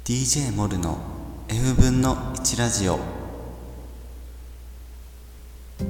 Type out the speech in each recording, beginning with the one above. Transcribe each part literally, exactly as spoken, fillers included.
ディージェー モルの エフ 分のいちラジオ。 デ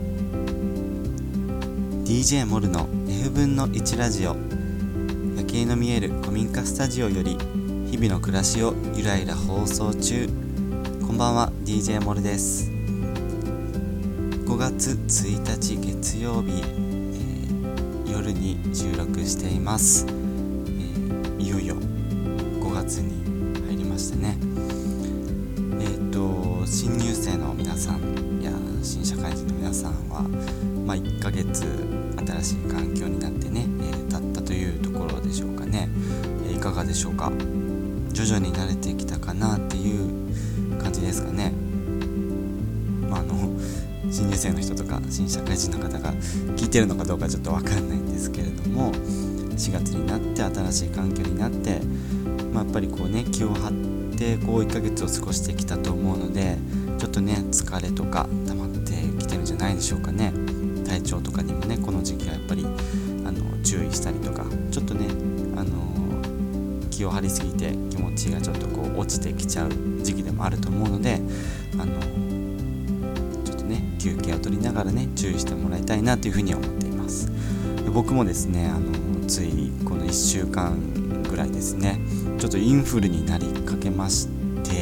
ィージェー モルの エフ 分のいちラジオ、夜景の見える古民家スタジオより日々の暮らしをゆらゆら放送中。こんばんは、 ディージェー モルです。ごがつついたち月曜日、えー、夜に収録しています。えー、いよいよごがつに入りましたね。えっ、ー、と新入生の皆さんや新社会人の皆さんは、まあ、いっかげつ新しい環境になってね、えー、経ったというところでしょうかね。えー、いかがでしょうか。徐々に慣れてきたかなっていう感じですかね。まああの新入生の人とか新社会人の方が聞いてるのかどうかちょっと分かんないんですけれども、しがつになって新しい環境になって、まあ、やっぱりこうね気を張ってこういっかげつを過ごしてきたと思うので、ちょっとね疲れとか溜まってきてるんじゃないでしょうかね。体調とかにもねこの時期はやっぱりあの注意したりとか、ちょっとねあの気を張りすぎて気持ちがちょっとこう落ちてきちゃう時期でもあると思うので、あの休憩を取りながらね注意してもらいたいなというふうに思っています。で僕もですねあのついこのいっしゅうかんぐらいですね、ちょっとインフルになりかけまして、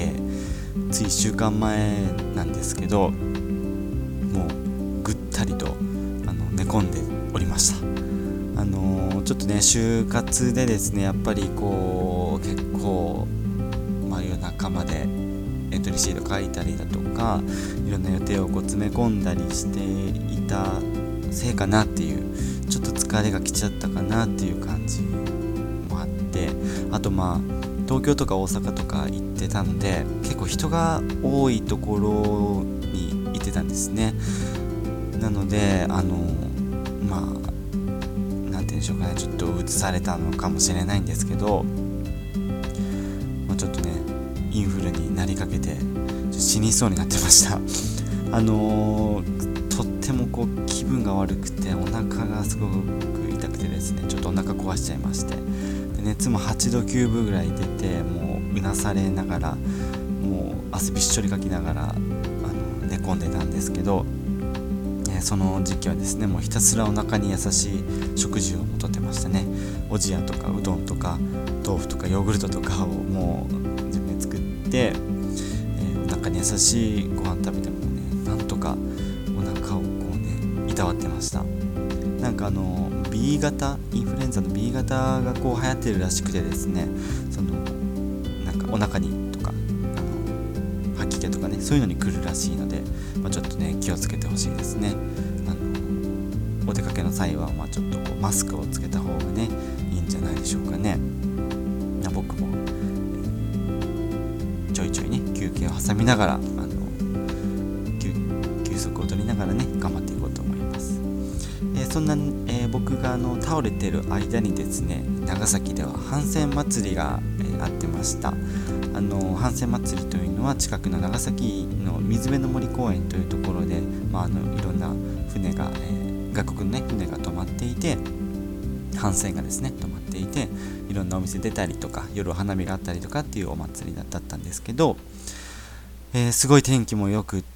ついいっしゅうかんまえなんですけど、もうぐったりとあの寝込んでおりました。あのちょっとね就活でですねやっぱりこう結構、まあ、夜中までエントリーシート書いたりだとか、いろんな予定をこう詰め込んだりしていたせいかなっていう、ちょっと疲れが来ちゃったかなっていう感じもあって、あとまあ東京とか大阪とか行ってたので結構人が多いところに行ってたんですね。なのであのまあなんていうんでしょうかね、ちょっとうつされたのかもしれないんですけど、まあ、ちょっとねインフルになりかけて死にそうになってました。あのー、とってもこう気分が悪くてお腹がすごく痛くてですね、ちょっとお腹壊しちゃいまして、で熱もはちどきゅうぶぐらい出て、もううなされながらもう汗びっしょりかきながらあの寝込んでたんですけど、えー、その時期はですねもうひたすらお腹に優しい食事をとってましたね。おじやとかうどんとか豆腐とかヨーグルトとかをもう自分で作って、えー、お腹に優しいご飯食べてもねなんとかお腹をこうねいたわってました。なんかあの B 型インフルエンザの B 型がこう流行ってるらしくてですね、そのなんかお腹にとかあの吐き気とかねそういうのに来るらしいので、まあ、ちょっとね気をつけてほしいですね。あのお出かけの際はまあちょっとこうマスクをつけた方がねいいんじゃないでしょうかね。僕も、えー、ちょいちょいね休憩を挟みながらあの 休, 休息を取りながらね頑張っていこうと思います。えー、そんな、えー、僕があの倒れてる間にですね、長崎では帆船祭りが、えー、あってました。あの帆船祭りというのは近くの長崎の水辺の森公園というところで、まあ、あのいろんな船が、えー、外国のね船が止まっていて、帆船がですね止まっていて、いろんなお店出たりとか夜花見があったりとかっていうお祭りだったんですけど、えー、すごい天気もよくって、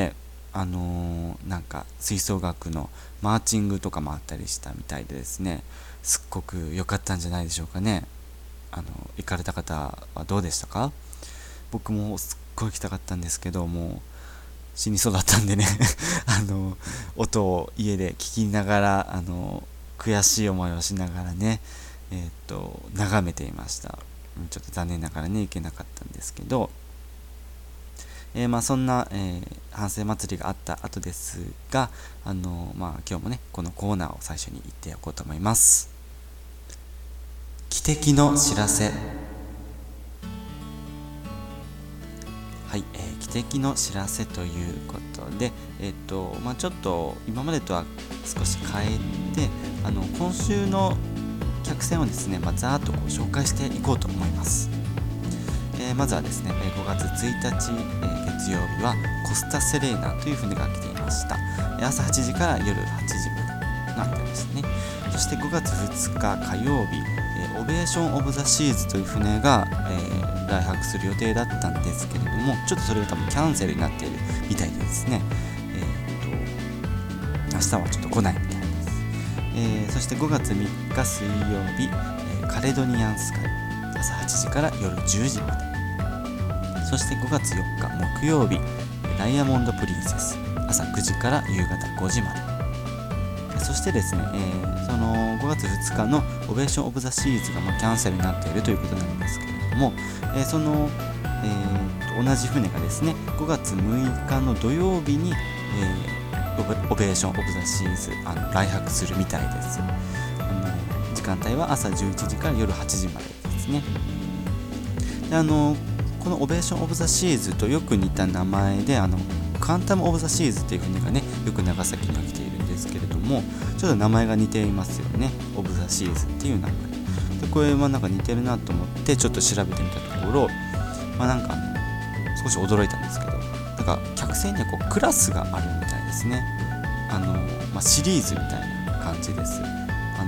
あのー、なんか吹奏楽のマーチングとかもあったりしたみたいでですね、すっごく良かったんじゃないでしょうかね。あの行かれた方はどうでしたか？僕もすっごい行きたかったんですけど、もう死にそうだったんでねあの音を家で聞きながらあの悔しい思いをしながらねえー、っと眺めていました。ちょっと残念ながらね行けなかったんですけど、えー、まあそんな、えー、反省祭りがあった後ですが、あのー、まあ今日もねこのコーナーを最初に言っておこうと思います。汽笛の知らせ。はい、えー、汽笛の知らせということで、えーとまあ、ちょっと今までとは少し変えて、あの今週の客船をですね、まあ、ざーっとこう紹介していこうと思います。えー、まずはですねごがつついたち、えー、月曜日はコスタセレーナという船が来ていました。朝はちじから夜はちじまでの間ですね。そしてごがつふつか火曜日、えー、オベーション・オブ・ザ・シーズという船が、えー来泊する予定だったんですけれども、ちょっとそれが多分キャンセルになっているみたいでですね、えー、と明日はちょっと来ないみたいです。えー、そしてごがつみっか水曜日、えー、カレドニアンスカイ朝はちじから夜じゅうじまで。そしてごがつよっか木曜日ダイヤモンドプリンセス朝くじから夕方ごじまで。そしてですね、えー、そのごがつふつかのオベーションオブザシーズがまあキャンセルになっているということなんですけれども、えー、その、えー、と同じ船がですねごがつむいかの土曜日に、えー、オベ、オベーションオブザシーズあの来泊するみたいです。あの時間帯は朝じゅういちじから夜はちじまでですね。であのこのオベーションオブザシーズとよく似た名前であのカンタムオブザシーズっていう船がねよく長崎には来ているんですけれども、ちょっと名前が似ていますよね。オブザシーズっていう名前で、これはなんか似てるなと思ってちょっと調べてみたところ、まあなんかあの少し驚いたんですけど、なんか客船にはこうクラスがあるみたいですね。あの、まあ、シリーズみたいな感じです。あ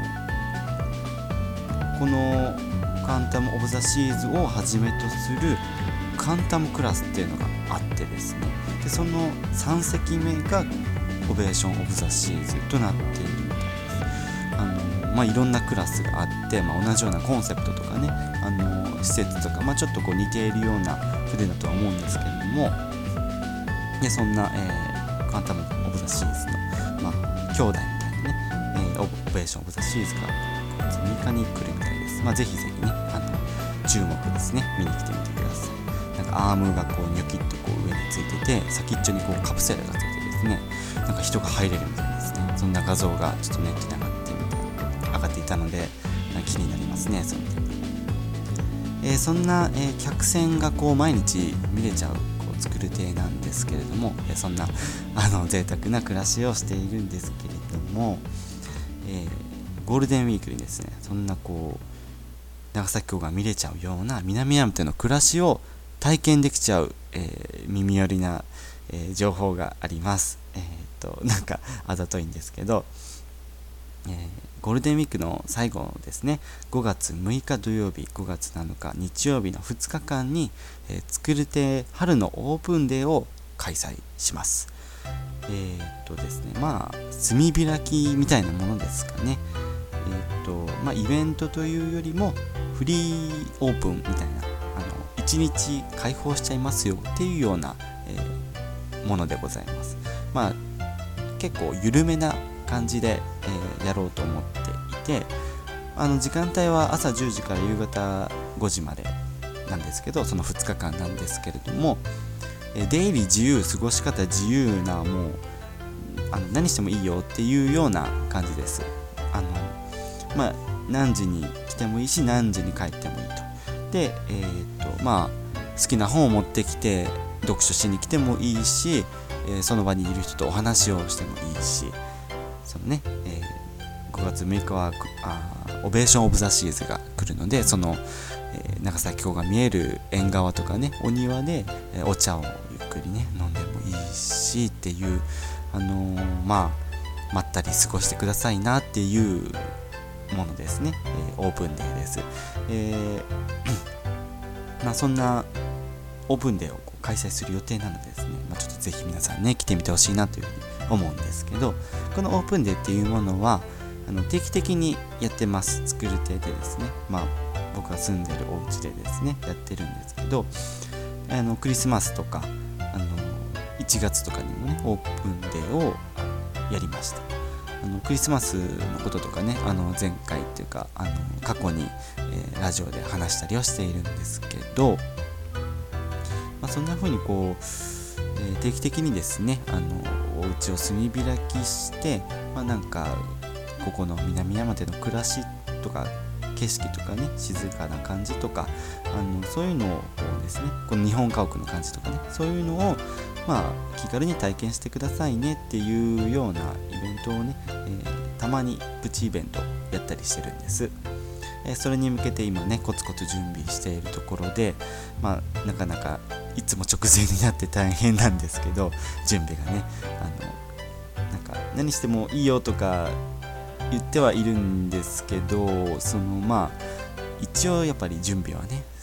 のこのカンタムオブザシーズをはじめとするカンタムクラスっていうのがあってですね、でそのさんせきめがオベーションオブザシーズとなっているみたいです。あの、まあ、いろんなクラスがあって、まあ、同じようなコンセプトとかね、あの施設とか、まあ、ちょっとこう似ているような船だとは思うんですけれども、でそんな、えー、カンタムオブザシーズの、まあ、兄弟みたいなね、えー、オベーションオブザシーズがごがつむいかに来るみたいです。まあ、ぜひぜひねあの注目ですね、見に来てみてください。なんかアームがこうニョキッとこう上についてて、先っちょにこうカプセルがついてですね、なんか人が入れるみたいですね。そんな画像がちょっとネットに上がってみた上がっていたので気になりますね、その点。えー、そんな、えー、客船がこう毎日見れちゃうこう作る艇なんですけれども、えー、そんなあの贅沢な暮らしをしているんですけれども、えー、ゴールデンウィークにですね、そんなこう長崎港が見れちゃうような南大和の暮らしを体験できちゃう、えー、耳寄りな、えー、情報があります。えー、っとなんかあざといんですけど、えー、ゴールデンウィークの最後のですね、ごがつむいか土曜日、ごがつなのか日曜日のふつかかんに、えー、作る亭春のオープンデーを開催します。えー、っとですね、まあ炭開きみたいなものですかね。えー、っとまあイベントというよりもフリーオープンみたいな、あのいちにち開放しちゃいますよっていうような、えー、ものでございます。まあ結構緩めな感じで、えー、やろうと思っていて、あの時間帯は朝じゅうじから夕方ごじまでなんですけど、そのふつかかんなんですけれども、えー、出入り自由、過ごし方自由な、もうあの何してもいいよっていうような感じです。あのまあ何時に来てもいいし、何時に帰ってもいいと。で、えー、っとまあ好きな本を持ってきて読書しに来てもいいし、えー、その場にいる人とお話をしてもいいし、そのね、えー、ごがつむいかはあオベーションオブザシーズが来るので、その、えー、長崎港が見える縁側とかね、お庭で、えー、お茶をゆっくりね飲んでもいいしっていう、あのー、まあまったり過ごしてくださいなっていうものですね。えー、オープンデーです。えーまあ、そんなオープンデーをこう開催する予定なのでですね、まあ、ちょっとぜひ皆さんね来てみてほしいなというふうに思うんですけど、このオープンデーっていうものはあの定期的にやってます。作る亭でですね、まあ僕が住んでるお家でですねやってるんですけど、あのクリスマスとかあのいちがつとかにもねオープンデーをやりました。あのクリスマスのこととかね、あの前回っていうかあの過去に、えー、ラジオで話したりをしているんですけど、まあ、そんな風にこう、えー、定期的にですねあのお家を炭開きして、まあ、なんかここの南山手の暮らしとか景色とかね、静かな感じとか、あのそういうのをですね、この日本家屋の感じとかね、そういうのをまあ気軽に体験してくださいねっていうようなイベントをね、えー、たまにプチイベントやったりしてるんです。えー、それに向けて今ねコツコツ準備しているところで、まあなかなかいつも直前になって大変なんですけど、準備がね、あのなんか何してもいいよとか言ってはいるんですけど、そのまあ一応やっぱり準備はね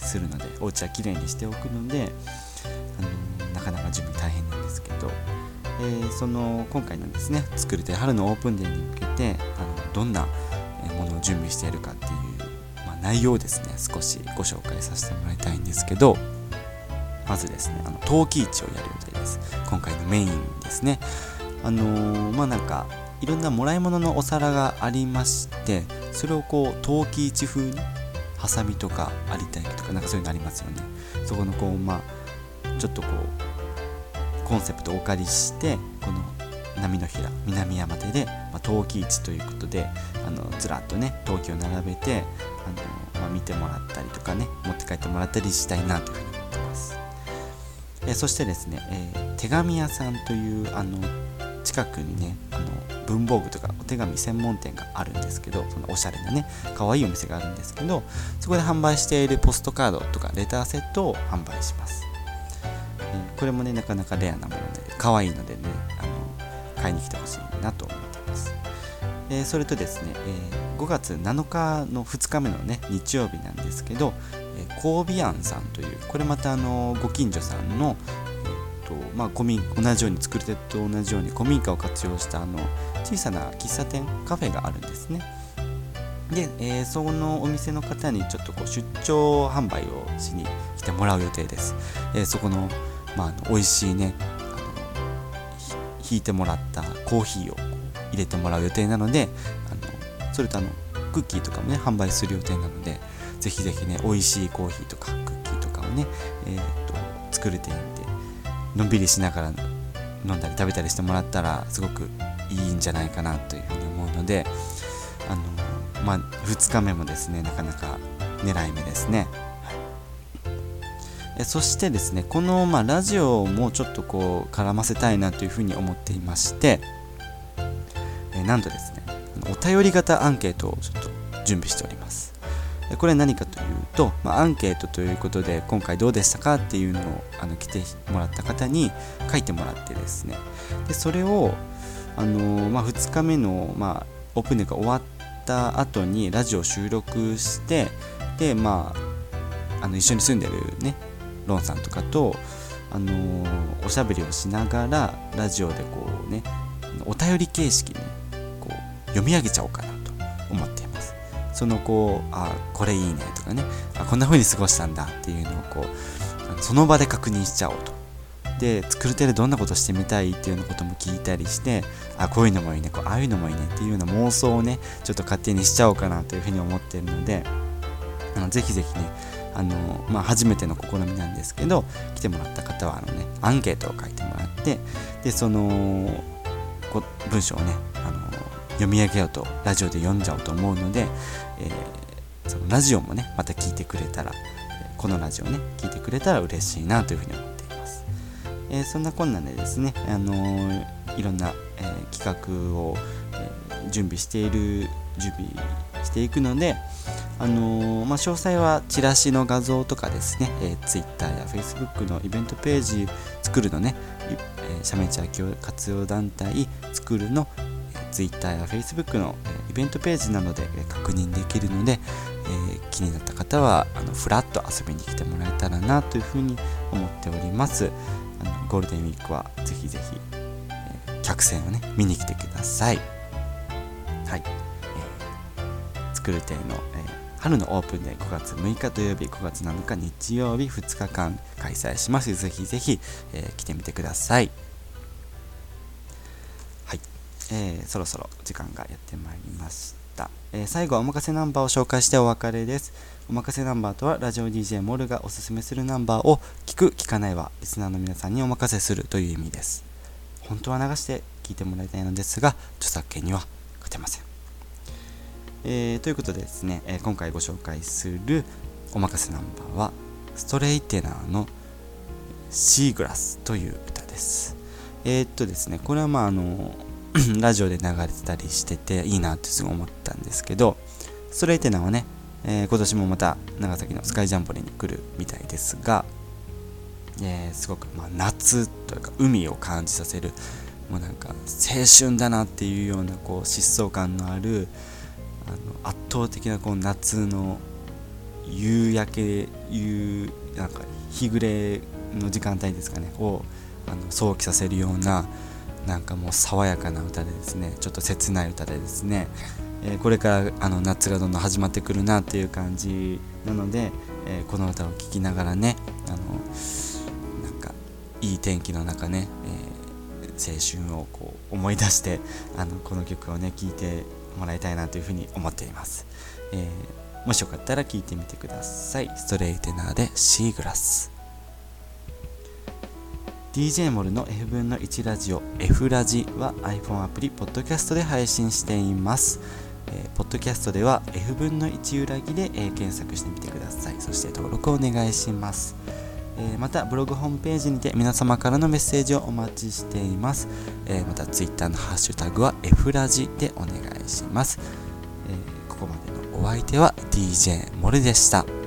するので、お家はきれいにしておくので、あのなかなか準備大変なんですけど、えー、その今回のですね作る手春のオープンデーに向けてあのどんなものを準備しているかっていう、まあ、内容をですね少しご紹介させてもらいたいんですけど、まずですねあの陶器市をやる予定です。今回のメインですね。あのー、まあなんかいろんなもらい物のお皿がありまして、それをこう陶器市風にハサミとか有田焼とかなんかそういうのありますよね。そこのこうまあちょっとこうコンセプトをお借りして、この波の平南山手で、まあ、陶器市ということであのずらっとね陶器を並べてあの、まあ、見てもらったりとかね持って帰ってもらったりしたいなというふうに思ってます。えそしてですね、えー、手紙屋さんというあの近くにねあの文房具とかお手紙専門店があるんですけど、そのおしゃれなね可愛いお店があるんですけど、そこで販売しているポストカードとかレターセットを販売します。えー、これもねなかなかレアなもので可愛いのでねあの買いに来てほしいなと思っています。えー、それとですね、えー、ごがつなのかのふつかめのね日曜日なんですけど、えー、コービアンさんというこれまたあのご近所さんのまあ、古民同じように作る手と同じように古民家を活用したあの小さな喫茶店カフェがあるんですね。で、えー、そのお店の方にちょっとこう出張販売をしに来てもらう予定です。えー、そこの、まあ、あの美味しいねあのひいてもらったコーヒーを入れてもらう予定なので、あのそれとあのクッキーとかもね販売する予定なので、ぜひぜひね美味しいコーヒーとかクッキーとかをね、えー、と作る点でのんびりしながら飲んだり食べたりしてもらったらすごくいいんじゃないかなというふうに思うので、あのまあふつかめもですねなかなか狙い目ですね。はい、えそしてですねこの、まあ、ラジオもちょっとこう絡ませたいなというふうに思っていまして、えなんとですねお便り型アンケートをちょっと準備しております。これは何かというと、まあ、アンケートということで今回どうでしたかっていうのをあの来てもらった方に書いてもらってですね、でそれを、あのーまあ、ふつかめの、まあ、オープンデーが終わった後にラジオを収録して、で、まあ、あの一緒に住んでるねロンさんとかと、あのー、おしゃべりをしながらラジオでこうねお便り形式に、ね、こう読み上げちゃおうかなと思っています。そのこうあこれいいねとかねあこんな風に過ごしたんだっていうのをこうその場で確認しちゃおうと。で作る手でどんなことしてみたいっていうようなことも聞いたりして、あこういうのもいいねこうああいうのもいいねっていうような妄想をねちょっと勝手にしちゃおうかなというふうに思っているので、あのぜひぜひねあの、まあ、初めての試みなんですけど来てもらった方はあの、ね、アンケートを書いてもらって、でそのこ文章をねあの読み上げようとラジオで読んじゃおうと思うので、えー、そのラジオもねまた聞いてくれたらこのラジオね聞いてくれたら嬉しいなというふうに思っています。えー、そんなこんなでですね、あのー、いろんな、えー、企画を、えー、準備している準備していくので、あのーまあ、詳細はチラシの画像とかですね、えー、Twitter や Facebook のイベントページ作るのね、えー、写メ地空活用団体作るのTwitter や Facebook のイベントページなどで確認できるので、えー、気になった方はあのフラッと遊びに来てもらえたらなというふうに思っております。あのゴールデンウィークはぜひぜひ、えー、客船をね見に来てください。はい、えー、作る亭の、えー、春のオープンでごがつむいか土曜日、ごがつなのか日曜日ふつかかん開催します。ぜひぜひ、えー、来てみてください。えー、そろそろ時間がやってまいりました。えー、最後はおまかせナンバーを紹介してお別れです。おまかせナンバーとはラジオ ディージェー モルがおすすめするナンバーを聞く聞かないはリスナーの皆さんにお任せするという意味です。本当は流して聞いてもらいたいのですが著作権には勝てません。えー、ということでですね、えー、今回ご紹介するおまかせナンバーはストレイテナーのシーグラスという歌です。えー、っとですねこれはまああのラジオで流れてたりしてていいなってすごい思ったんですけど、ストレイテナーはね、えー、今年もまた長崎のスカイジャンボリーに来るみたいですが、えー、すごくまあ夏というか海を感じさせる、もうなんか青春だなっていうようなこう疾走感のあるあの圧倒的なこう夏の夕焼け夕なんか日暮れの時間帯ですかねをあの想起させるような、なんかもう爽やかな歌でですね、ちょっと切ない歌でですね、えー、これからあの夏がどんどん始まってくるなっていう感じなので、えー、この歌を聴きながらね、あのなんかいい天気の中ね、えー、青春をこう思い出してあのこの曲をね聴いてもらいたいなというふうに思っています。えー、もしよかったら聴いてみてください。ストレイテナーでシーグラス。 ディージェー モルの エフぶんのいち ラジオ F ラジは iPhone アプリポッドキャストで配信しています。えー、ポッドキャストでは エフぶんのいち 裏木で、えー、検索してみてください。そして登録お願いします。えー、またブログホームページにて皆様からのメッセージをお待ちしています。えー、またツイッターのハッシュタグは F ラジでお願いします。えー、ここまでのお相手は ディージェー モルでした。